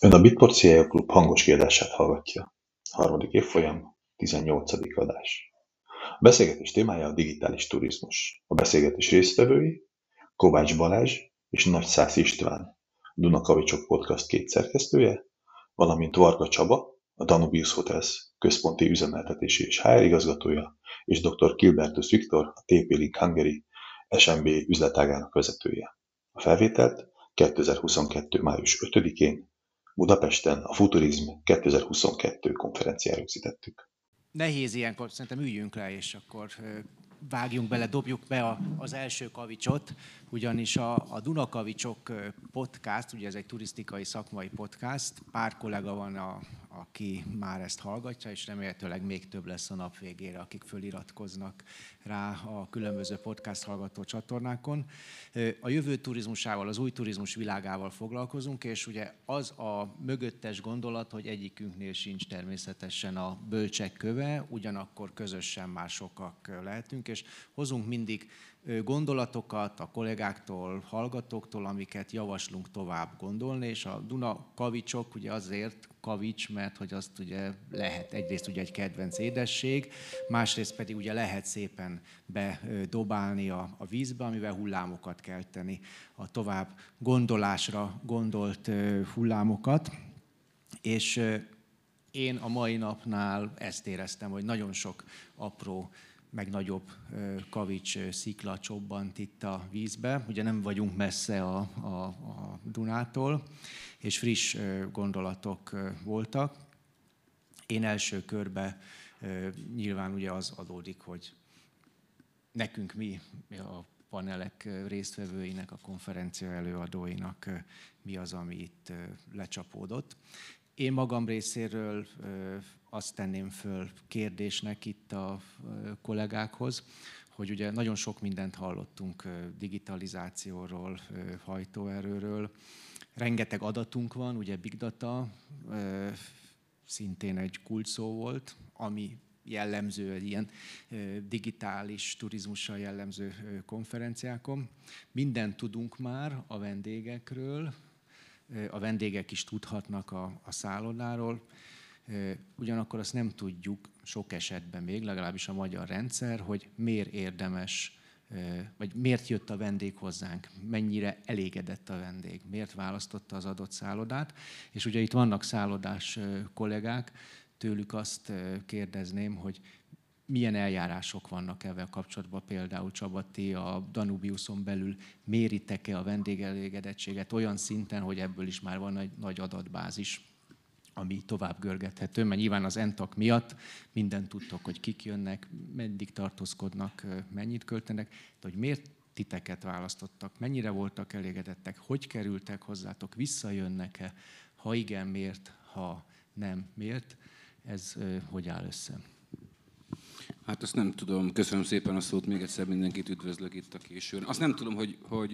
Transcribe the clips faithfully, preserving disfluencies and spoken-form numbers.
Ön a Bitport C I O Klub hangos kiadását hallgatja. Harmadik évfolyam, tizennyolcadik adás. A beszélgetés témája a digitális turizmus. A beszélgetés résztvevői Kovács Balázs és Nagy Szász István, a Dunakavicsok Podcast két szerkesztője, valamint Varga Csaba, a Danubius Hotels központi üzemeltetési és há er igazgatója, és dr. Kilbertus Viktor, a té pé Link Hungary es em bé üzletágának vezetője. A felvételt kétezer-huszonkettő. május ötödikén Budapesten a Futurizm kétezer-huszonkettő konferencián rögzítettük. Nehéz ilyenkor, szerintem üljünk le, és akkor vágjunk bele, dobjuk be a, az első kavicsot, ugyanis a, a Dunakavicsok podcast, ugye ez egy turisztikai szakmai podcast, pár kollega van, a, aki már ezt hallgatja, és remélhetőleg még több lesz a nap végére, akik föliratkoznak rá a különböző podcast hallgató csatornákon. A jövő turizmusával, az új turizmus világával foglalkozunk, és ugye az a mögöttes gondolat, hogy egyikünknél sincs természetesen a bölcsek köve, ugyanakkor közösen már sokak lehetünk, és hozunk mindig gondolatokat a kollégáktól, hallgatóktól, amiket javaslunk tovább gondolni, és a Dunakavicsok ugye azért kavics, mert hogy azt ugye lehet, egyrészt ugye egy kedvenc édesség, másrészt pedig ugye lehet szépen bedobálni a, a vízbe, amivel hullámokat kelteni, a tovább gondolásra gondolt hullámokat, és én a mai napnál ezt éreztem, hogy nagyon sok apró meg nagyobb kavics szikla csobbant itt a vízbe. Ugye nem vagyunk messze a, a, a Dunától, és friss gondolatok voltak. Én első körben nyilván ugye az adódik, hogy nekünk mi, a panelek résztvevőinek, a konferencia előadóinak mi az, ami itt lecsapódott. Én magam részéről azt tenném föl kérdésnek itt a kollégákhoz, hogy ugye nagyon sok mindent hallottunk digitalizációról, hajtóerőről. Rengeteg adatunk van, ugye big data, szintén egy kulcsszó volt, ami jellemző egy ilyen digitális turizmussal jellemző konferenciákon. Mindent tudunk már a vendégekről, a vendégek is tudhatnak a, a szállodáról, ugyanakkor azt nem tudjuk sok esetben még, legalábbis a magyar rendszer, hogy miért érdemes, vagy miért jött a vendég hozzánk, mennyire elégedett a vendég, miért választotta az adott szállodát. És ugye itt vannak szállodás kollégák, tőlük azt kérdezném, hogy milyen eljárások vannak ezzel kapcsolatban, például Csaba, ti a Danubiuson belül méritek-e a vendégelégedettséget olyan szinten, hogy ebből is már van egy nagy adatbázis, ami tovább görgethető, mert nyilván az en té á ká miatt mindent tudtok, hogy kik jönnek, meddig tartózkodnak, mennyit költenek, de hogy miért titeket választottak, mennyire voltak elégedettek, hogy kerültek hozzátok, visszajönnek-e, ha igen, miért, ha nem, miért, ez hogy áll össze? Hát azt nem tudom. Köszönöm szépen a szót, még egyszer mindenkit üdvözlök itt a későn. Azt nem tudom, hogy, hogy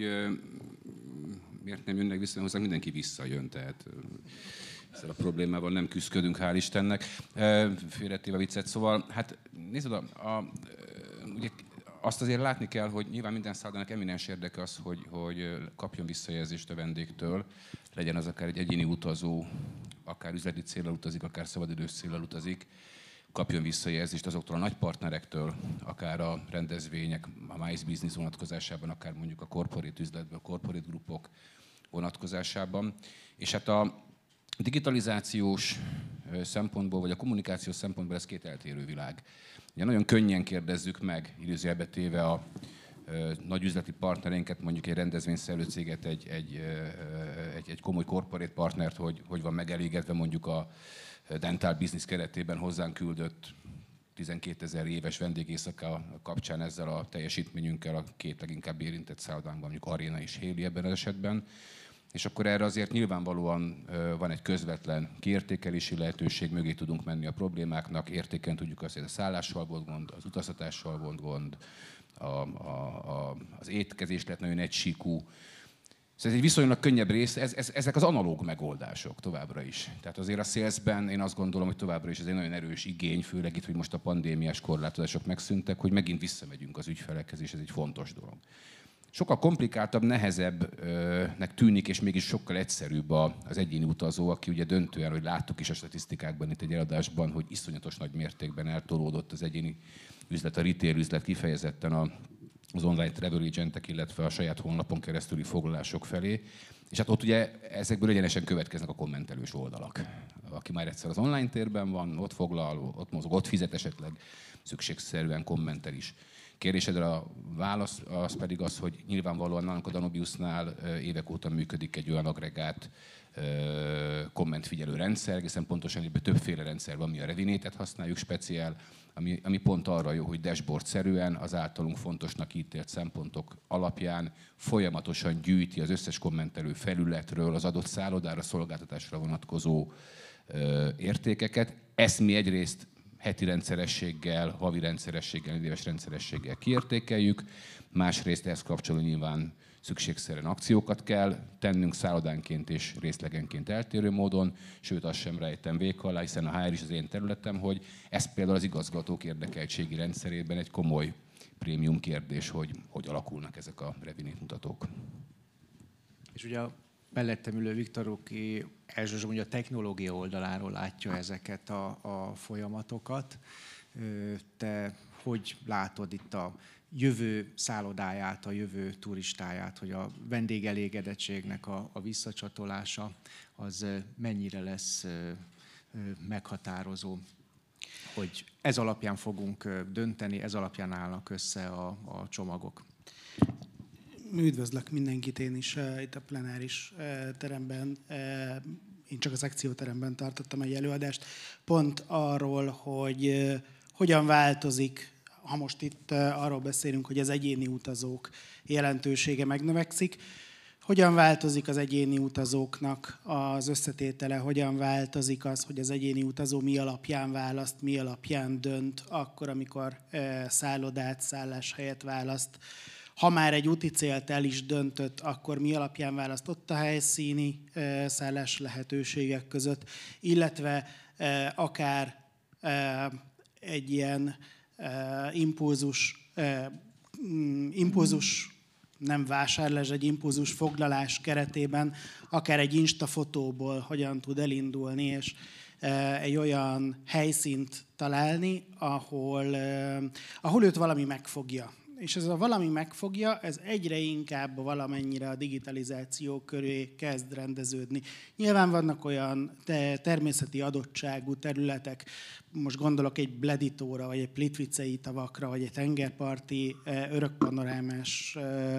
miért nem jönnek vissza hozzánk, mindenki visszajön, tehát ezzel a problémával nem küzdködünk, hál' Istennek. Félretéve viccet, szóval, hát nézd, a, a, ugye azt azért látni kell, hogy nyilván minden szállodának eminens érdeke az, hogy, hogy kapjon visszajelzést a vendégtől, legyen az akár egy egyéni utazó, akár üzleti céllal utazik, akár szabadidős céllal utazik, kapjon visszajelzést azoktól a nagy partnerektől, akár a rendezvények, a MICE Business vonatkozásában, akár mondjuk a corporate üzletben, a corporate grupok vonatkozásában. És hát a digitalizációs szempontból, vagy a kommunikációs szempontból ez két eltérő világ. Ugye nagyon könnyen kérdezzük meg, idézőjelbe téve a nagy üzleti partnereinket, mondjuk egy rendezvényszerző céget, egy, egy, egy, egy komoly corporate partnert, hogy, hogy van megelégedve mondjuk a Dental Business keretében hozzánk küldött tizenkétezer éves vendégészaka kapcsán ezzel a teljesítményünkkel a két leginkább érintett szállodánkban, mondjuk Arena és Héli ebben az esetben. És akkor erre azért nyilvánvalóan van egy közvetlen kiértékelési lehetőség, mögé tudunk menni a problémáknak, értéken tudjuk azt, hogy a szállással volt gond, az utaztatással volt gond, a, a, a, az étkezés lett nagyon egysíkú. Ez egy viszonylag könnyebb rész, ez, ez, ezek az analóg megoldások továbbra is. Tehát azért a salesben én azt gondolom, hogy továbbra is ez egy nagyon erős igény, főleg itt, hogy most a pandémiás korlátozások megszűntek, hogy megint visszamegyünk az ügyfelekhez, és ez egy fontos dolog. sokkal komplikáltabb, nehezebbnek tűnik, és mégis sokkal egyszerűbb az egyéni utazó, aki ugye döntően, hogy láttuk is a statisztikákban itt egy eladásban, hogy iszonyatos nagy mértékben eltolódott az egyéni üzlet, a retail üzlet kifejezetten a az online travel agentek, illetve a saját honlapon keresztüli foglalások felé. És hát ott ugye ezekből egyenesen következnek a kommentelős oldalak. Aki már egyszer az online térben van, ott foglal, ott mozog, ott fizet esetleg, szükségszerűen kommentel is. Kérdésedre a válasz az pedig az, hogy nyilvánvalóan nálunk a Danubiusnál évek óta működik egy olyan agregát kommentfigyelő rendszer, egészen pontosan ebben többféle rendszer van, mi a Revinétet használjuk speciál, ami, ami pont arra jó, hogy dashboard-szerűen az általunk fontosnak ítélt szempontok alapján folyamatosan gyűjti az összes kommentelő felületről az adott szállodára, szolgáltatásra vonatkozó ö, értékeket. Ezt mi egyrészt heti rendszerességgel, havi rendszerességgel, éves rendszerességgel kiértékeljük, másrészt ehhez kapcsolódó nyilván szükségszerűen akciókat kell tennünk szállodánként és részlegenként eltérő módon, sőt azt sem rejtem véka alá, hiszen a há er is az én területem, hogy ez például az igazgatók érdekeltségi rendszerében egy komoly prémium kérdés, hogy hogy alakulnak ezek a revinét mutatók. És ugye a mellettem ülő Viktor, aki elsősorban a technológia oldaláról látja ezeket a, a folyamatokat. Te hogy látod itt a jövő szállodáját, a jövő turistáját, hogy a vendégelégedettségnek a, a visszacsatolása az mennyire lesz meghatározó, hogy ez alapján fogunk dönteni, ez alapján állnak össze a, a csomagok. Üdvözlök mindenkit én is uh, itt a plenáris uh, teremben. Uh, én csak az akcióteremben tartottam egy előadást, pont arról, hogy uh, hogyan változik, ha most itt uh, arról beszélünk, hogy az egyéni utazók jelentősége megnövekszik, hogyan változik az egyéni utazóknak az összetétele, hogyan változik az, hogy az egyéni utazó mi alapján választ, mi alapján dönt, akkor, amikor uh, szállodát, szálláshelyet választ. Ha már egy úti célt el is döntött, akkor mi alapján választott a helyszíni e, szállás lehetőségek között, illetve e, akár e, egy ilyen e, impulzus, e, impulzus, nem vásárlás, egy impulzus foglalás keretében, akár egy instafotóból hogyan tud elindulni, és e, egy olyan helyszínt találni, ahol, e, ahol őt valami megfogja. És ez a valami megfogja, ez egyre inkább valamennyire a digitalizáció köré kezd rendeződni. Nyilván vannak olyan természeti adottságú területek, most gondolok egy Bleditóra, vagy egy Plitvicei tavakra, vagy egy tengerparti örökpanorámás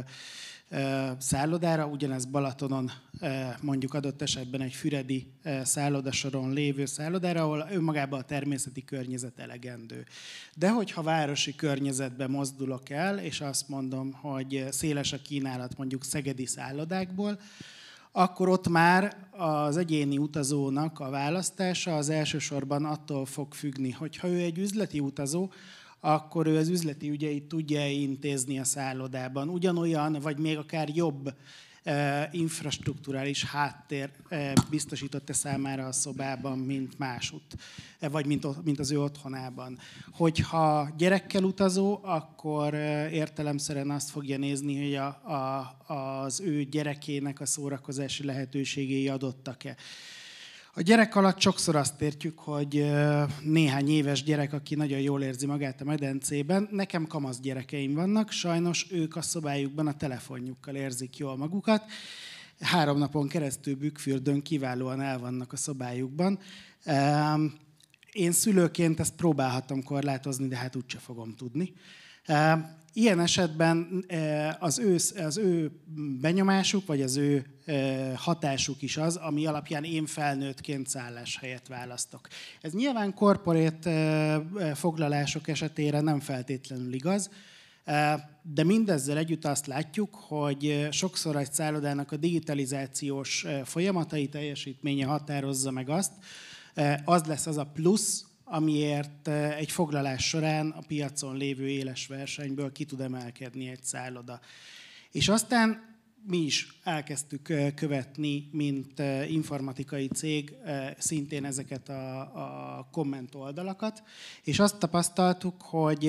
szállodára, ugyanez Balatonon mondjuk adott esetben egy füredi szállodasoron lévő szállodára, ahol önmagában a természeti környezet elegendő. De hogyha városi környezetbe mozdulok el, és azt mondom, hogy széles a kínálat mondjuk szegedi szállodákból, akkor ott már az egyéni utazónak a választása az elsősorban attól fog függni, hogyha ő egy üzleti utazó, akkor ő az üzleti ügyeit tudja intézni a szállodában. Ugyanolyan, vagy még akár jobb eh, infrastrukturális háttér eh, biztosított-e számára a szobában, mint másutt, eh, vagy mint, mint az ő otthonában. Hogyha gyerekkel utazó, akkor eh, értelemszerűen azt fogja nézni, hogy a, a, az ő gyerekének a szórakozási lehetőségei adottak-e. A gyerek alatt sokszor azt értjük, hogy néhány éves gyerek, aki nagyon jól érzi magát a medencében, nekem kamasz gyerekeim vannak, sajnos ők a szobájukban a telefonjukkal érzik jól magukat. Három napon keresztül bükkfürdőn kiválóan el vannak a szobájukban. Én szülőként ezt próbálhatom korlátozni, de hát úgyse fogom tudni. Ilyen esetben az ő, az ő benyomásuk, vagy az ő hatásuk is az, ami alapján én felnőttként szálláshelyet választok. Ez nyilván korporate foglalások esetére nem feltétlenül igaz, de mindezzel együtt azt látjuk, hogy sokszor egy szállodának a digitalizációs folyamatai, teljesítménye határozza meg azt, az lesz az a plusz, amiért egy foglalás során a piacon lévő éles versenyből ki tud emelkedni egy szálloda. És aztán mi is elkezdtük követni, mint informatikai cég, szintén ezeket a, a komment oldalakat, és azt tapasztaltuk, hogy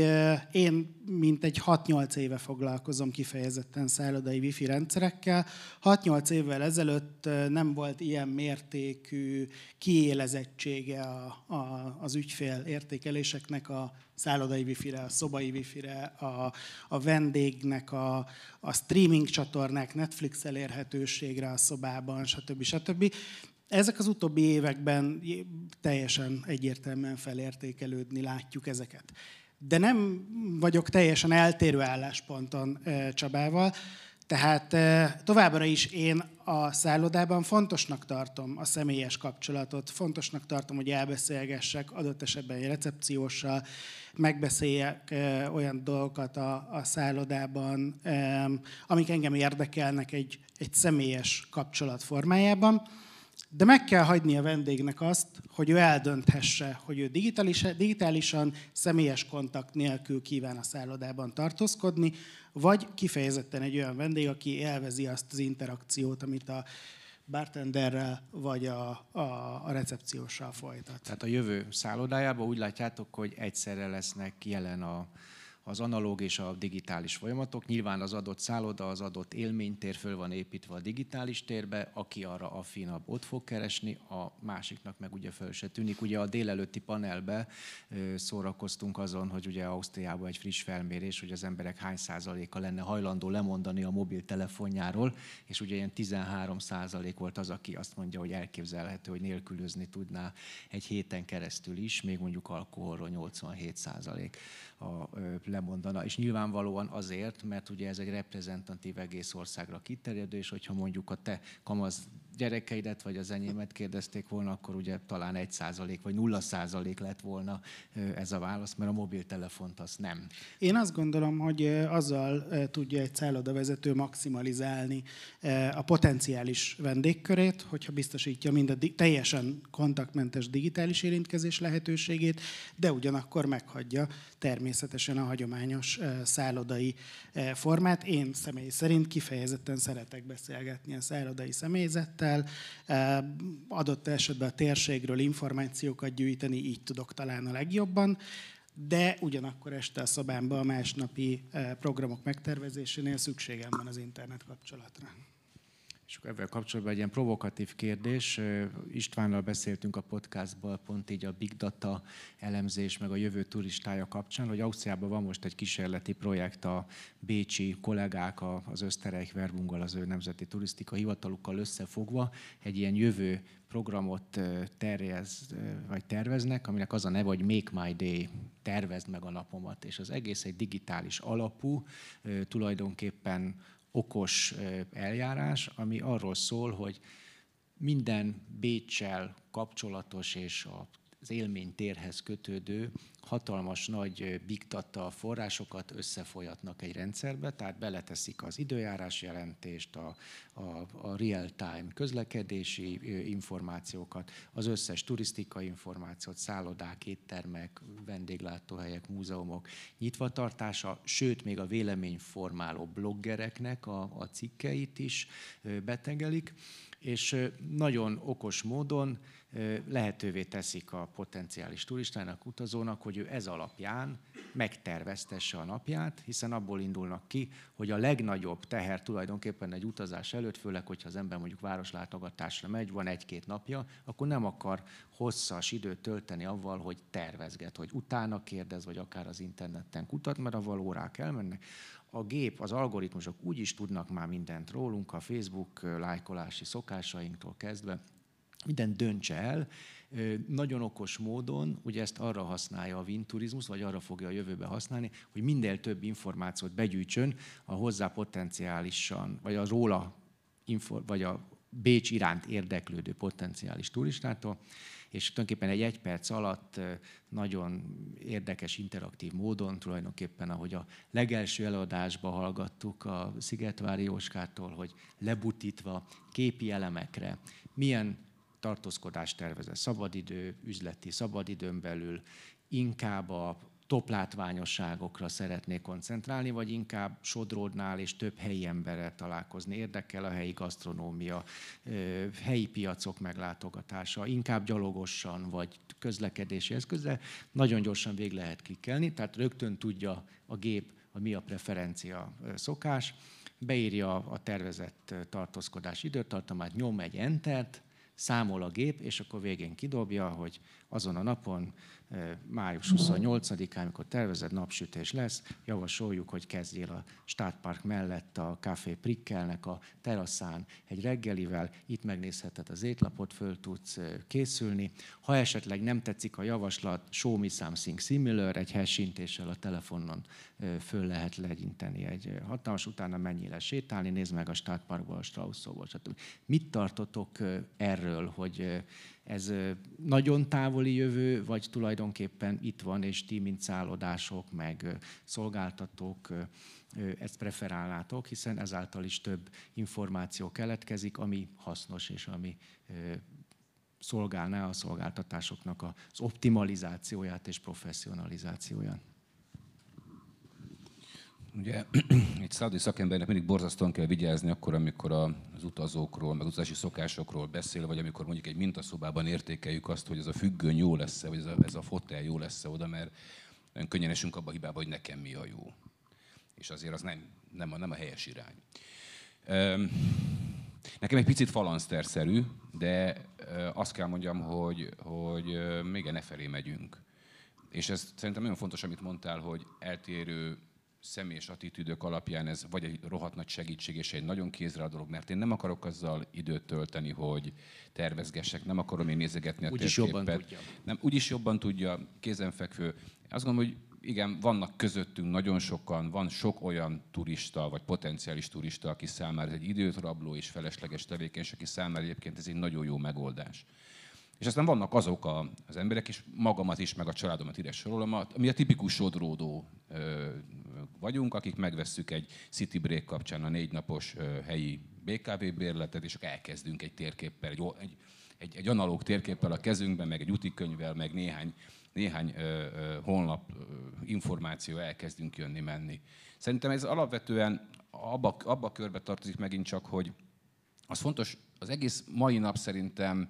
én mintegy hat-nyolc éve foglalkozom kifejezetten szállodai wifi rendszerekkel. hat-nyolc évvel ezelőtt nem volt ilyen mértékű kiélezettsége a, a, az ügyfél értékeléseknek a szállodai wifire, a szobai wifire, a, a vendégnek a, a streaming csatornák, Netflix elérhetőségre a szobában, stb. stb. Ezek az utóbbi években teljesen egyértelműen felértékelődni látjuk ezeket. De nem vagyok teljesen eltérő állásponton Csabával, tehát továbbra is én a szállodában fontosnak tartom a személyes kapcsolatot, fontosnak tartom, hogy elbeszélgessek adott esetben egy recepcióssal, megbeszéljek olyan dolgokat a, a szállodában, amik engem érdekelnek egy, egy személyes kapcsolat formájában. De meg kell hagyni a vendégnek azt, hogy ő eldönthesse, hogy ő digitális, digitálisan, személyes kontakt nélkül kíván a szállodában tartózkodni, vagy kifejezetten egy olyan vendég, aki élvezi azt az interakciót, amit a bartenderrel vagy a, a, a recepcióssal folytat. Tehát a jövő szállodájában úgy látjátok, hogy egyszerre lesznek jelen a az analóg és a digitális folyamatok. Nyilván az adott szálloda, az adott élménytér föl van építve a digitális térbe, aki arra affinabb ott fog keresni, a másiknak meg ugye föl se tűnik. Ugye a délelőtti panelbe szórakoztunk azon, hogy ugye Ausztriában egy friss felmérés, hogy az emberek hány százaléka lenne hajlandó lemondani a mobiltelefonjáról, és ugye ilyen tizenhárom százalék volt az, aki azt mondja, hogy elképzelhető, hogy nélkülözni tudná egy héten keresztül is, még mondjuk alkoholról nyolcvanhét százalék a lemondana, és nyilvánvalóan azért, mert ugye ez egy reprezentatív egész országra kiterjedő, és hogyha mondjuk a te kamasz gyerekeidet vagy az enyémet kérdezték volna, akkor ugye talán egy százalék vagy nulla százalék lett volna ez a válasz, mert a mobiltelefont azt nem. Én azt gondolom, hogy azzal tudja egy szállodavezető maximalizálni a potenciális vendégkörét, hogyha biztosítja mind a di- teljesen kontaktmentes digitális érintkezés lehetőségét, de ugyanakkor meghagyja természetesen a hagyományos szállodai formát. Én személy szerint kifejezetten szeretek beszélgetni a szállodai személyzettel, adott esetben a térségről információkat gyűjteni, így tudok talán a legjobban, de ugyanakkor este a szobámban a másnapi programok megtervezésénél szükségem van az internet kapcsolatra. És akkor ebben kapcsolatban egy ilyen provokatív kérdés. Istvánnal beszéltünk a podcastban pont így a Big Data elemzés, meg a jövő turistája kapcsán, hogy Ausztriában van most egy kísérleti projekt, a bécsi kollégák az Österreich Werbunggal, az ő nemzeti turisztika hivatalukkal összefogva egy ilyen jövő programot terjez, vagy terveznek, aminek az a neve, hogy Make My Day, tervezd meg a napomat. És az egész egy digitális alapú, tulajdonképpen okos eljárás, ami arról szól, hogy minden Béccsel kapcsolatos és az élménytérhez kötődő hatalmas nagy big data forrásokat összefolyatnak egy rendszerbe, tehát beleteszik az időjárás jelentést, a, a, a real-time közlekedési információkat, az összes turisztikai információt, szállodák, éttermek, vendéglátóhelyek, múzeumok nyitvatartása, sőt még a véleményformáló bloggereknek a, a cikkeit is betegelik, és nagyon okos módon lehetővé teszik a potenciális turistának, utazónak, hogy ő ez alapján megterveztesse a napját, hiszen abból indulnak ki, hogy a legnagyobb teher tulajdonképpen egy utazás előtt, főleg, hogyha az ember mondjuk városlátogatásra megy, van egy-két napja, akkor nem akar hosszas időt tölteni avval, hogy tervezget, hogy utána kérdez, vagy akár az interneten kutat, mert avval órák elmennek. A gép, az algoritmusok úgy is tudnak már mindent rólunk, a Facebook lájkolási szokásainktól kezdve, mindent döntse el, nagyon okos módon, ugye ezt arra használja a Vinturizmus, vagy arra fogja a jövőbe használni, hogy minél több információt begyűjtsön a hozzá potenciálisan, vagy a róla, vagy a Bécs iránt érdeklődő potenciális turistától, és tulajdonképpen egy egy perc alatt nagyon érdekes, interaktív módon, tulajdonképpen ahogy a legelső előadásban hallgattuk a Szigetvári Jóskától, hogy lebutítva képi elemekre, milyen tartózkodást tervezett, szabadidő, üzleti szabadidőn belül, inkább a top látványosságokra szeretnék koncentrálni, vagy inkább Sodródnál és több helyi emberrel találkozni? Érdekel a helyi gasztronómia, helyi piacok meglátogatása, inkább gyalogosan, vagy közlekedési eszközzel, nagyon gyorsan végig lehet klikkelni, tehát rögtön tudja a gép, hogy mi a preferencia szokás, beírja a tervezett tartózkodás időtartamát, nyom egy entert, számol a gép, és akkor végén kidobja, hogy azon a napon, május huszonnyolcadikán, amikor tervezett napsütés lesz, javasoljuk, hogy kezdjél a Stadtpark mellett a Café Prickelnek a teraszán egy reggelivel, itt megnézheted az étlapot, föl tudsz készülni. Ha esetleg nem tetszik a javaslat, show me something similar, egy hashintéssel a telefonon föl lehet legyinteni egy hatalmas, utána mennyire sétálni, nézd meg a Stadtparkból, a Strausszóból, stb. Mit tartotok erről, hogy ez nagyon távoli jövő, vagy tulajdonképpen itt van, és ti, mint szállodások, meg szolgáltatók ezt preferálnátok, hiszen ezáltal is több információ keletkezik, ami hasznos, és ami szolgálná a szolgáltatásoknak az optimalizációját és professzionalizációját. Ugye egy szállodai szakembernek mindig borzasztóan kell vigyázni akkor, amikor az utazókról, meg utazási szokásokról beszél, vagy amikor mondjuk egy mintaszobában értékeljük azt, hogy ez a függöny jó lesz-e, vagy ez a, ez a fotel jó lesz-e oda, mert nagyon könnyen esünk abba a hibába, hogy nekem mi a jó. És azért az nem, nem, a, nem a helyes irány. Nekem egy picit falanszterszerű, de azt kell mondjam, hogy, hogy még ne felé megyünk. És ez szerintem nagyon fontos, amit mondtál, hogy eltérő személyes attitűdök alapján ez vagy egy rohadt nagy segítség és egy nagyon kézre a dolog, mert én nem akarok azzal időt tölteni, hogy tervezgessek, nem akarom én nézegetni a úgyis térképet. Jobban tudja. Nem, úgyis jobban tudja, kézenfekvő. Azt gondolom, hogy igen, vannak közöttünk nagyon sokan, van sok olyan turista, vagy potenciális turista, aki számára ez egy időt rabló és felesleges tevékenység, aki számára egyébként ez egy nagyon jó megoldás. És aztán vannak azok a, az emberek, és magamat is, meg a családomat ide sorolom, ami a tipikus sodródó ö, vagyunk, akik megvesszük egy City Break kapcsán a négy napos ö, helyi bé ká vé bérletet, és akkor elkezdünk egy térképpel, egy, egy, egy, egy analóg térképpel a kezünkben, meg egy útikönyvvel, meg néhány, néhány ö, ö, honlap ö, információ, elkezdünk jönni-menni. Szerintem ez alapvetően abba, abba a körbe tartozik megint csak, hogy az fontos, az egész mai nap szerintem,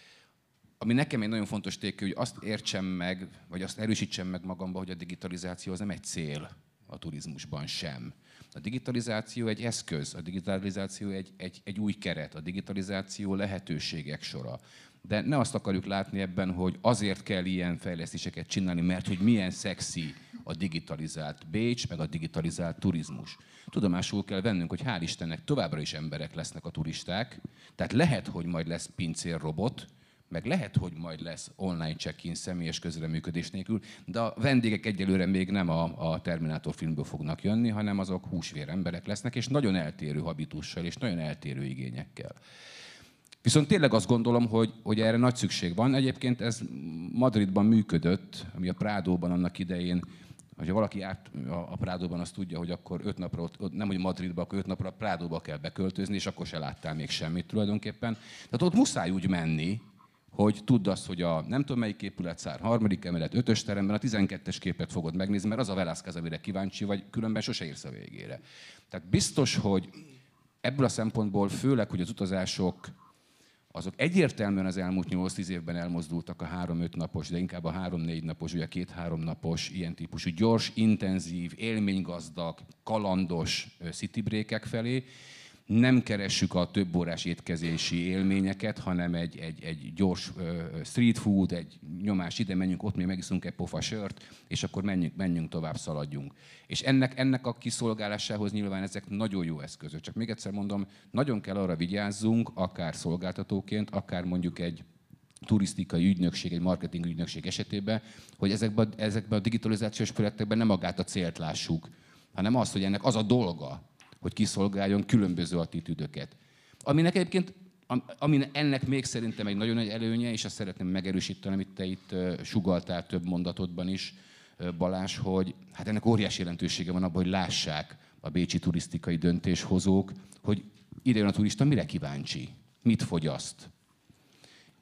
ami nekem egy nagyon fontos tékő, hogy azt értsem meg, vagy azt erősítsem meg magamba, hogy a digitalizáció az nem egy cél a turizmusban sem. A digitalizáció egy eszköz, a digitalizáció egy, egy, egy új keret, a digitalizáció lehetőségek sora. De ne azt akarjuk látni ebben, hogy azért kell ilyen fejlesztéseket csinálni, mert hogy milyen szexi a digitalizált Bécs, meg a digitalizált turizmus. Tudomásul kell vennünk, hogy hál' Istennek továbbra is emberek lesznek a turisták, tehát lehet, hogy majd lesz pincérrobot, meg lehet, hogy majd lesz online check-in személyes közreműködés nélkül, de a vendégek egyelőre még nem a, a Terminátor filmből fognak jönni, hanem azok húsvér emberek lesznek, és nagyon eltérő habitussal, és nagyon eltérő igényekkel. Viszont tényleg azt gondolom, hogy, hogy erre nagy szükség van. Egyébként ez Madridban működött, ami a Prádóban annak idején, hogyha valaki járt a Prádóban, azt tudja, hogy akkor öt napra, nem hogy Madridba, akkor öt napra a Prádóba kell beköltözni, és akkor se láttál még semmit tulajdonképpen. Tehát ott muszáj úgy menni, hogy tudd azt, hogy a nem tudom melyik épület szár, harmadik emelet, ötös teremben a tizenkettes képet fogod megnézni, mert az a Velázquez, amire kíváncsi vagy, különben sose érsz a végére. Tehát biztos, hogy ebből a szempontból, főleg, hogy az utazások, azok egyértelműen az elmúlt nyolc-tíz évben elmozdultak a három-öt napos, de inkább a három-négy napos, vagy a két-három napos ilyen típusú gyors, intenzív, élménygazdag, kalandos city break-ek felé. Nem keressük a több órás étkezési élményeket, hanem egy, egy, egy gyors uh, street food, egy nyomás ide menjünk, ott még megiszunk egy pofa sört, és akkor menjünk, menjünk tovább, szaladjunk. És ennek, ennek a kiszolgálásához nyilván ezek nagyon jó eszközök. Csak még egyszer mondom, nagyon kell arra vigyázzunk, akár szolgáltatóként, akár mondjuk egy turisztikai ügynökség, egy marketing ügynökség esetében, hogy ezekben, ezekben a digitalizációs projektekben nem magát a célt lássuk, hanem azt, hogy ennek az a dolga, hogy kiszolgáljon különböző attitűdöket. Aminek egyébként, ami ennek még szerintem egy nagyon nagy előnye, és azt szeretném megerősíteni, amit te itt sugalltál több mondatodban is, Balázs, hogy hát ennek óriási jelentősége van abban, hogy lássák a bécsi turisztikai döntéshozók, hogy ide jön a turista, mire kíváncsi, mit fogyaszt.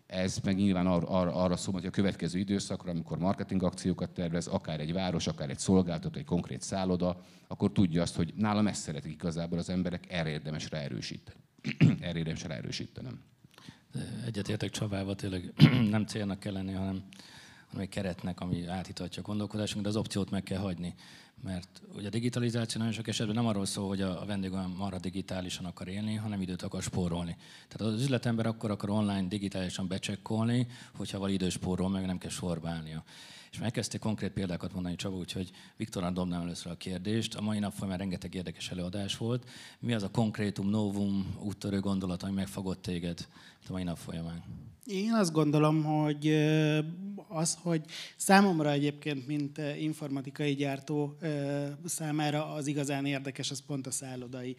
Ez meg nyilván ar, ar, arra szól, hogy a következő időszakra, amikor marketing akciókat tervez, akár egy város, akár egy szolgáltató, egy konkrét szálloda, akkor tudja azt, hogy nálam ezt szeretik igazából az emberek, erre érdemes ráerősíteni. erre érdemes ráerősítenem. Egyetértek Csabával, tényleg nem célnak kell lenni, hanem, hanem egy keretnek, ami áthitatja a gondolkodásunk, de az opciót meg kell hagyni. Mert ugye a digitalizáció nagyon sok esetben nem arról szól, hogy a vendég olyan marha digitálisan akar élni, hanem időt akar spórolni. Tehát az üzletember akkor akar online digitálisan becsekkolni, hogyha val időt spórol, meg nem kell sorba állnia. És megkezdték konkrét példákat mondani Csaba, úgyhogy Viktornak dobnám először a kérdést. A mai nap folyamán rengeteg érdekes előadás volt. Mi az a konkrétum, novum, úttörő gondolat, ami megfogott téged a mai nap folyamán? Én azt gondolom, hogy az, hogy számomra egyébként, mint informatikai gyártó számára az igazán érdekes, az pont a szállodai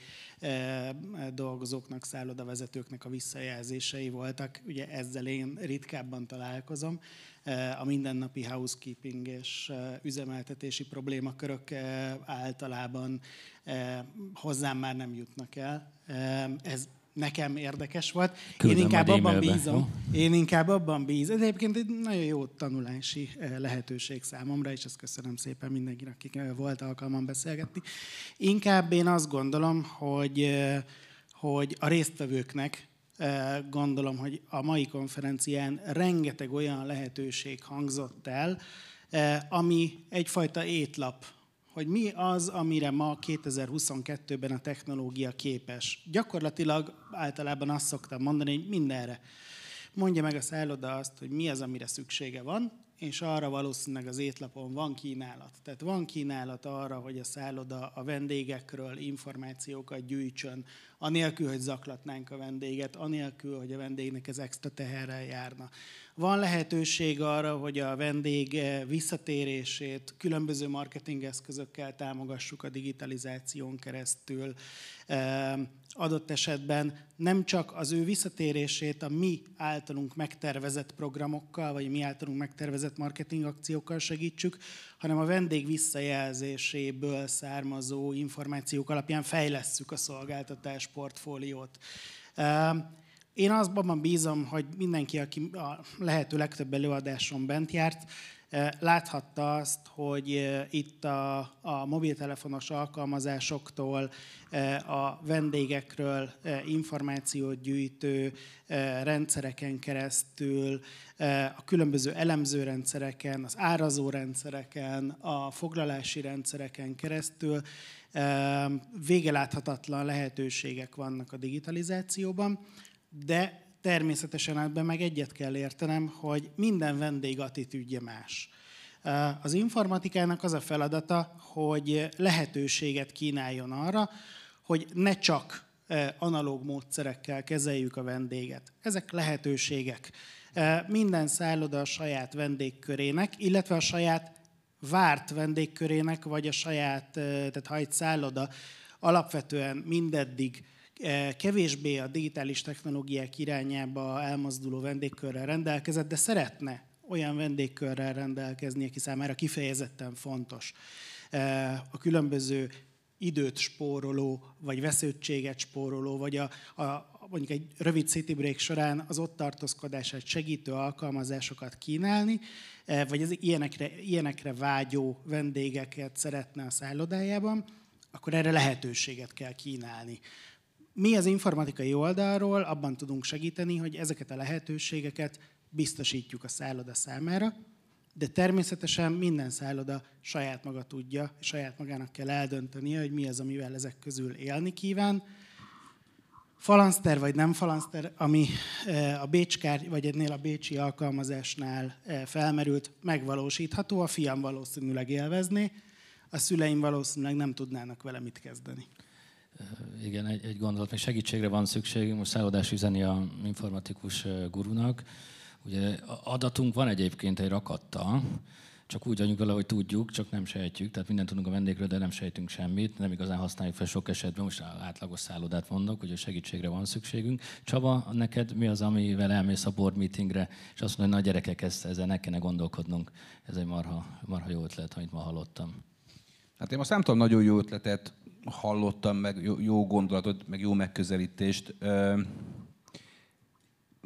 dolgozóknak, szállodavezetőknek a visszajelzései voltak. Ugye ezzel én ritkábban találkozom. A mindennapi housekeeping és üzemeltetési problémakörök általában hozzám már nem jutnak el. Ez nekem érdekes volt. Én inkább abban bízom. Én inkább abban bízom. Ez egyébként egy nagyon jó tanulási lehetőség számomra, és ezt köszönöm szépen mindenkinek, akik volt alkalmam beszélgetni. Inkább én azt gondolom, hogy, hogy a résztvevőknek gondolom, hogy a mai konferencián rengeteg olyan lehetőség hangzott el, ami egyfajta étlap, hogy mi az, amire ma kétezer-huszonkettőben a technológia képes. Gyakorlatilag általában azt szoktam mondani, hogy mindenre. Mondja meg a szálloda azt, hogy mi az, amire szüksége van, és arra valószínűleg az étlapon van kínálat. Tehát van kínálat arra, hogy a szálloda a vendégekről információkat gyűjtsön, anélkül, hogy zaklatnánk a vendéget, anélkül, hogy a vendégnek ez extra teherrel járna. Van lehetőség arra, hogy a vendég visszatérését különböző marketingeszközökkel támogassuk a digitalizáción keresztül. Adott esetben nem csak az ő visszatérését a mi általunk megtervezett programokkal, vagy mi általunk megtervezett marketingakciókkal segítsük, hanem a vendég visszajelzéséből származó információk alapján fejlesszük a szolgáltatás portfóliót. Én azban bízom, hogy mindenki, aki a lehető legtöbb előadáson bent járt, láthatta azt, hogy itt a, a mobiltelefonos alkalmazásoktól, a vendégekről információt gyűjtő rendszereken keresztül, a különböző elemző rendszereken, az árazó rendszereken, a foglalási rendszereken keresztül végeláthatatlan lehetőségek vannak a digitalizációban, de természetesen ebben meg egyet kell értenem, hogy minden vendég attitűdje más. Az informatikának az a feladata, hogy lehetőséget kínáljon arra, hogy ne csak analóg módszerekkel kezeljük a vendéget. Ezek lehetőségek. Minden szálloda a saját vendégkörének, illetve a saját várt vendégkörének, vagy a saját, tehát ha egy szálloda alapvetően mindeddig kevésbé a digitális technológiák irányába elmozduló vendégkörrel rendelkezett, de szeretne olyan vendégkörrel rendelkezni, aki számára kifejezetten fontos. A különböző időt spóroló, vagy vesződtséget spóroló, vagy a, a, mondjuk egy rövid city break során az ott tartózkodását segítő alkalmazásokat kínálni, vagy az ilyenekre, ilyenekre vágyó vendégeket szeretne a szállodájában, akkor erre lehetőséget kell kínálni. Mi az informatikai oldalról abban tudunk segíteni, hogy ezeket a lehetőségeket biztosítjuk a szálloda számára, de természetesen minden szálloda saját maga tudja, saját magának kell eldöntenie, hogy mi az, amivel ezek közül élni kíván. Falanszter vagy nem falanszter, ami a Bécskár, vagy ennél a bécsi alkalmazásnál felmerült, megvalósítható, a fiam valószínűleg élvezné, a szüleim valószínűleg nem tudnának vele mit kezdeni. Igen, egy, egy gondolat, még segítségre van szükség. Most szállodás üzeni a informatikus gurunak. Ugye adatunk van egyébként egy rakatta, csak úgy vagyunk vele, hogy tudjuk, csak nem sejtjük. Tehát mindent tudunk a vendégről, de nem sejtünk semmit. Nem igazán használjuk fel sok esetben. Most átlagos szállodát mondok, hogy segítségre van szükségünk. Csaba, neked mi az, amivel elmész a board meetingre, és azt mondod, hogy na gyerekek, ezt, ezzel ne kellene gondolkodnunk. Ez egy marha, marha jó ötlet, amit ma hallottam. Hát én most nem tudom, nagyon jó ötletet hallottam, meg jó, jó gondolatot, meg jó megközelítést.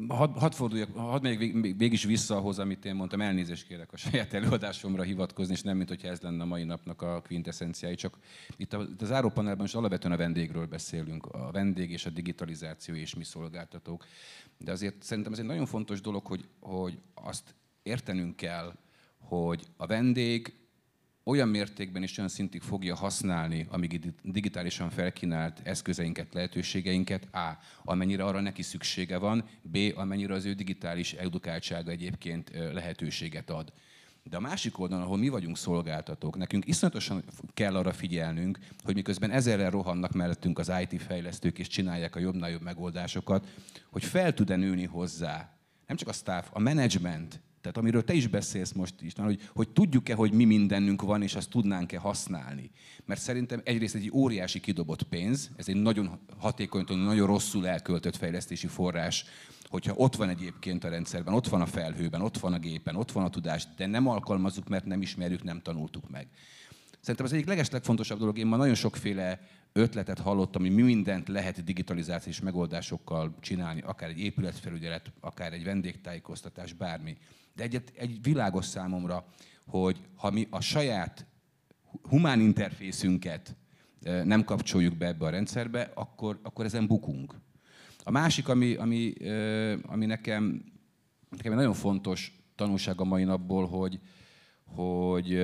hadd had forduljak, hadd megyek vég, végig vissza ahhoz, amit én mondtam, elnézést kérek a saját előadásomra hivatkozni, és nem, mint hogyha ez lenne a mai napnak a quintessenciái, csak itt a, itt a zárópanelben most alapvetően a vendégről beszélünk, a vendég és a digitalizáció és mi szolgáltatók. De azért szerintem ez egy nagyon fontos dolog, hogy, hogy azt értenünk kell, hogy a vendég olyan mértékben és olyan szintig fogja használni a digitálisan felkínált eszközeinket, lehetőségeinket, A, amennyire arra neki szüksége van, B, amennyire az ő digitális edukáltsága egyébként lehetőséget ad. De a másik oldalon, ahol mi vagyunk szolgáltatók, nekünk iszonyatosan kell arra figyelnünk, hogy miközben ezerrel rohannak mellettünk az i té fejlesztők és csinálják a jobbnál jobb megoldásokat, hogy fel tud-e nőni hozzá, nem csak a staff, a management, tehát amiről te is beszélsz most is, hogy, hogy tudjuk-e, hogy mi mindenünk van, és azt tudnánk-e használni. Mert szerintem egyrészt egy óriási kidobott pénz, ez egy nagyon hatékony, nagyon rosszul elköltött fejlesztési forrás, hogyha ott van egyébként a rendszerben, ott van a felhőben, ott van a gépen, ott van a tudás, de nem alkalmazzuk, mert nem ismerjük, nem tanultuk meg. Szerintem az egyik legeslegfontosabb dolog, én ma nagyon sokféle ötletet hallottam, hogy mi mindent lehet digitalizációs megoldásokkal csinálni, akár egy épületfelügyelet, akár egy vendégtájékoztatás, bármi. De egy, egy világos számomra, hogy ha mi a saját humán interfészünket nem kapcsoljuk be ebbe a rendszerbe, akkor, akkor ezen bukunk. A másik, ami, ami, ami nekem, nekem egy nagyon fontos tanulság a mai napból, hogy, hogy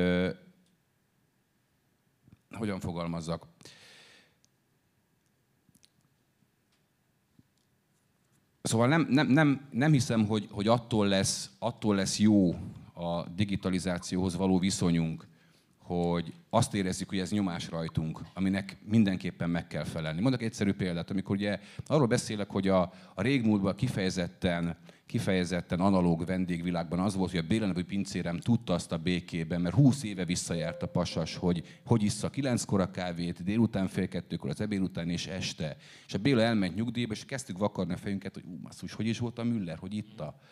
hogyan fogalmazzak. Szóval nem, nem, nem, nem hiszem, hogy, hogy attól, lesz, attól lesz jó a digitalizációhoz való viszonyunk, hogy azt érezzük, hogy ez nyomás rajtunk, aminek mindenképpen meg kell felelni. Mondok egy egyszerű példát, amikor ugye arról beszélek, hogy a, a régmúltban kifejezetten, kifejezetten analóg vendégvilágban az volt, hogy a Béla-nevű pincérem tudta azt a békében, mert húsz éve visszajárt a pasas, hogy hogy issza kilenckor a kávét, délután fél kettőkor, az ebéd után és este. És a Béla elment nyugdíjba, és kezdtük vakarni a fejünket, hogy ú, masszus, hogy is volt a Müller, hogy itta.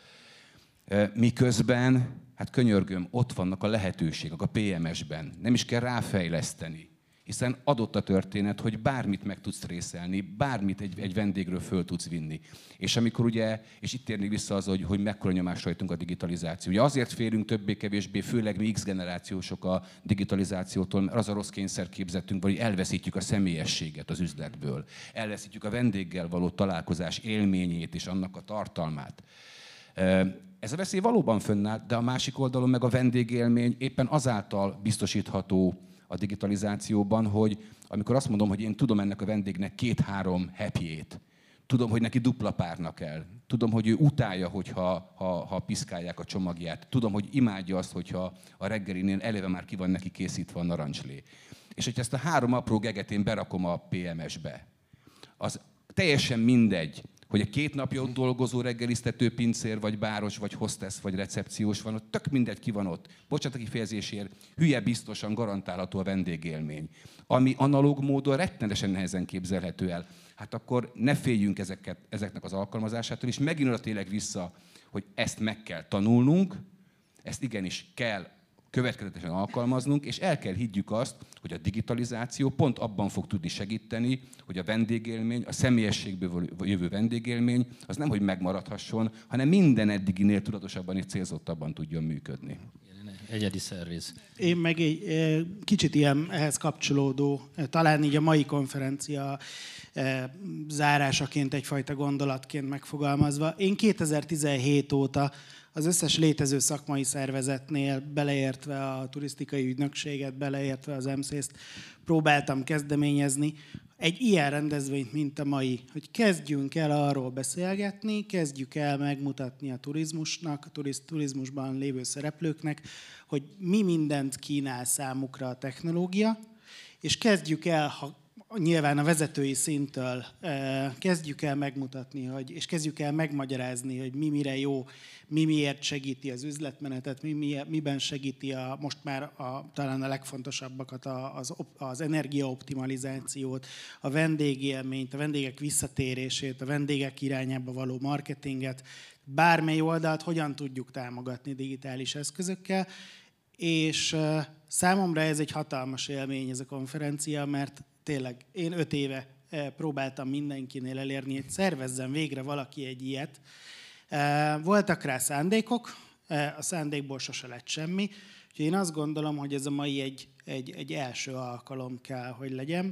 Miközben, hát könyörgöm, ott vannak a lehetőségek a pé em es-ben. Nem is kell ráfejleszteni, hiszen adott a történet, hogy bármit meg tudsz részelni, bármit egy, egy vendégről föl tudsz vinni. És amikor ugye, és itt térnék vissza az, hogy, hogy mekkora nyomás rajtunk a digitalizáció. Ugye azért félünk többé-kevésbé, főleg mi X-generációsok a digitalizációtól, mert az a rossz kényszerképzetünk van, hogy elveszítjük a személyességet az üzletből. Elveszítjük a vendéggel való találkozás élményét és annak a tartalmát. Ez a veszély valóban fönnáll, de a másik oldalon meg a vendégélmény éppen azáltal biztosítható a digitalizációban, hogy amikor azt mondom, hogy én tudom ennek a vendégnek két-három happyét, tudom, hogy neki dupla párna kell, tudom, hogy ő utálja, hogyha ha, ha piszkálják a csomagját, tudom, hogy imádja azt, hogyha a reggelinél eleve már ki van neki készítve a narancslé. És hogyha ezt a három apró geget én berakom a pé em es-be, az teljesen mindegy, hogy a két napja ott dolgozó reggeliztető pincér, vagy báros, vagy hostess, vagy recepciós van, ott tök mindegy ki van ott. Bocsánat a kifejezésért, hülye biztosan garantálható a vendégélmény. Ami analóg módon rettenetesen nehezen képzelhető el. Hát akkor ne féljünk ezeket, ezeknek az alkalmazásától, és megint oda tényleg vissza, hogy ezt meg kell tanulnunk, ezt igenis kell következetesen alkalmaznunk, és el kell higgyük azt, hogy a digitalizáció pont abban fog tudni segíteni, hogy a vendégélmény, a személyességből jövő vendégélmény, az nem, hogy megmaradhasson, hanem minden eddiginél tudatosabban és célzottabban tudjon működni. Egyedi szerviz. Én meg egy kicsit ilyen ehhez kapcsolódó, talán így a mai konferencia zárásaként egyfajta gondolatként megfogalmazva. Én kétezer-tizenhét óta az összes létező szakmai szervezetnél, beleértve a turisztikai ügynökséget, beleértve az em szé-t, próbáltam kezdeményezni egy ilyen rendezvényt, mint a mai, hogy kezdjünk el arról beszélgetni, kezdjük el megmutatni a turizmusnak, a turiz, turizmusban lévő szereplőknek, hogy mi mindent kínál számukra a technológia, és kezdjük el, ha nyilván a vezetői szinttől kezdjük el megmutatni, hogy, és kezdjük el megmagyarázni, hogy mi mire jó, mi miért segíti az üzletmenetet, mi, mi miben segíti a, most már a, talán a legfontosabbakat, az, az energiaoptimalizációt, a vendégélményt, a vendégek visszatérését, a vendégek irányába való marketinget, bármely oldalt hogyan tudjuk támogatni digitális eszközökkel, és számomra ez egy hatalmas élmény ez a konferencia, mert tényleg én öt éve próbáltam mindenkinél elérni, hogy szervezzen végre valaki egy ilyet, Voltak rá szándékok, a szándékból sose lett semmi, úgyhogy én azt gondolom, hogy ez a mai egy, egy, egy első alkalom kell, hogy legyen,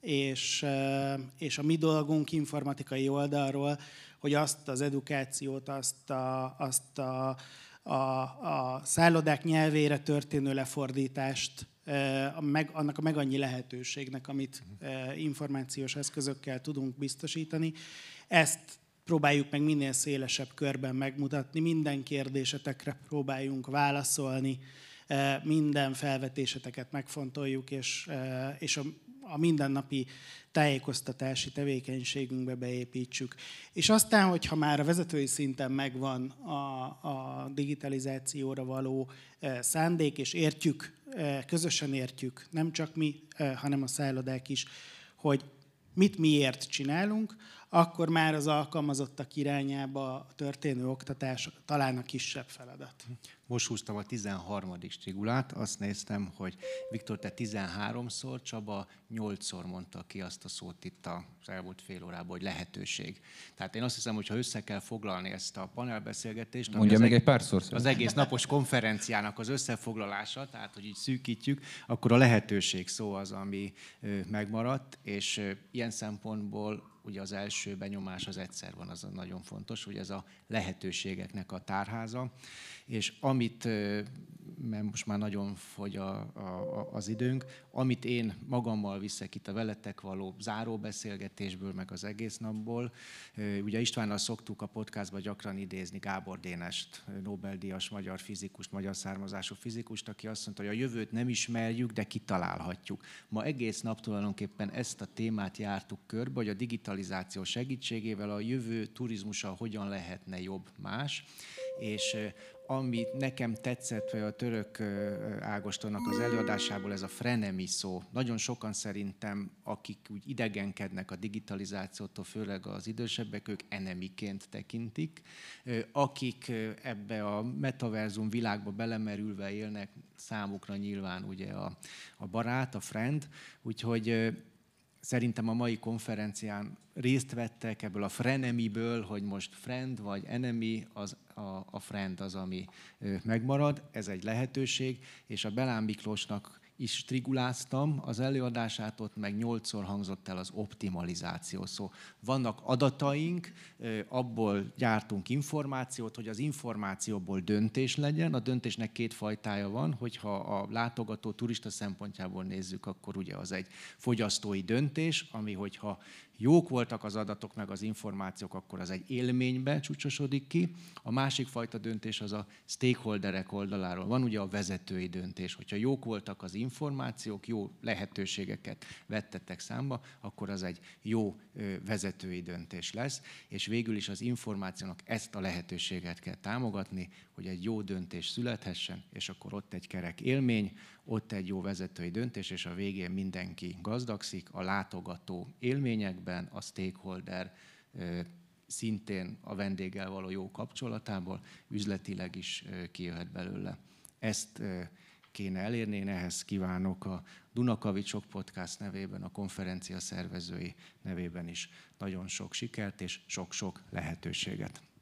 és, és a mi dolgunk informatikai oldalról, hogy azt az edukációt, azt a, azt a, a, a szállodák nyelvére történő lefordítást, a meg, annak a meg annyi lehetőségnek, amit információs eszközökkel tudunk biztosítani, ezt próbáljuk meg minél szélesebb körben megmutatni, minden kérdésetekre próbáljunk válaszolni, minden felvetéseteket megfontoljuk, és, és a, a mindennapi tájékoztatási tevékenységünkbe beépítsük. És aztán, hogyha már a vezetői szinten megvan a, a digitalizációra való szándék, és értjük, közösen értjük, nem csak mi, hanem a szállodák is, hogy mit miért csinálunk, akkor már az alkalmazottak irányába történő oktatás talán a kisebb feladat. Most húztam a tizenharmadik strigulát, azt néztem, hogy Viktor, te tizenháromszor, Csaba nyolcszor mondta ki azt a szót itt az elmúlt fél órában, hogy lehetőség. Tehát én azt hiszem, hogy ha össze kell foglalni ezt a panelbeszélgetést, mondja még eg- egy párszor az egész napos konferenciának az összefoglalása, tehát hogy így szűkítjük, akkor a lehetőség szó az, ami megmaradt, és ilyen szempontból ugye az első benyomás az egyszer van, az nagyon fontos, hogy ez a lehetőségeknek a tárháza, és amit, mert most már nagyon fogy a, a, az időnk, amit én magammal viszek itt a veletek való záróbeszélgetésből, meg az egész napból, ugye Istvánnal szoktuk a podcastban gyakran idézni Gábor Dénest, Nobel-díjas magyar fizikust, magyar származású fizikust, aki azt mondta, hogy a jövőt nem ismerjük, de kitalálhatjuk. Ma egész nap tulajdonképpen ezt a témát jártuk körbe, hogy a digitalizáció segítségével a jövő turizmusa hogyan lehetne jobb, más, és ami nekem tetszett, vagy a Török Ágostonnak az előadásából, ez a frenemi szó. Nagyon sokan szerintem, akik úgy idegenkednek a digitalizációtól, főleg az idősebbek, ők enemiként tekintik. Akik ebbe a metaverzum világba belemerülve élnek, számukra nyilván ugye a, a barát, a friend. Úgyhogy szerintem a mai konferencián részt vettek ebből a frenemiből, hogy most friend vagy enemy, az, a, a friend az, ami megmarad. Ez egy lehetőség, és a Belán Miklósnak is striguláztam az előadását, ott meg nyolcszor hangzott el az optimalizáció szó. Vannak adataink, abból gyártunk információt, hogy az információból döntés legyen. A döntésnek két fajtája van, hogyha a látogató turista szempontjából nézzük, akkor ugye az egy fogyasztói döntés, ami hogyha jók voltak az adatok meg az információk, akkor az egy élménybe csúcsosodik ki. A másik fajta döntés az a stakeholderek oldaláról van, ugye a vezetői döntés. Hogyha jók voltak az információk, jó lehetőségeket vettettek számba, akkor az egy jó vezetői döntés lesz. És végül is az információnak ezt a lehetőséget kell támogatni, hogy egy jó döntés születhessen, és akkor ott egy kerek élmény, ott egy jó vezetői döntés, és a végén mindenki gazdagszik a látogató élményekben, a stakeholder szintén a vendéggel való jó kapcsolatából, üzletileg is kijöhet belőle. Ezt kéne elérni, én ehhez kívánok a Dunakavicsok Podcast nevében, a konferencia szervezői nevében is nagyon sok sikert és sok-sok lehetőséget.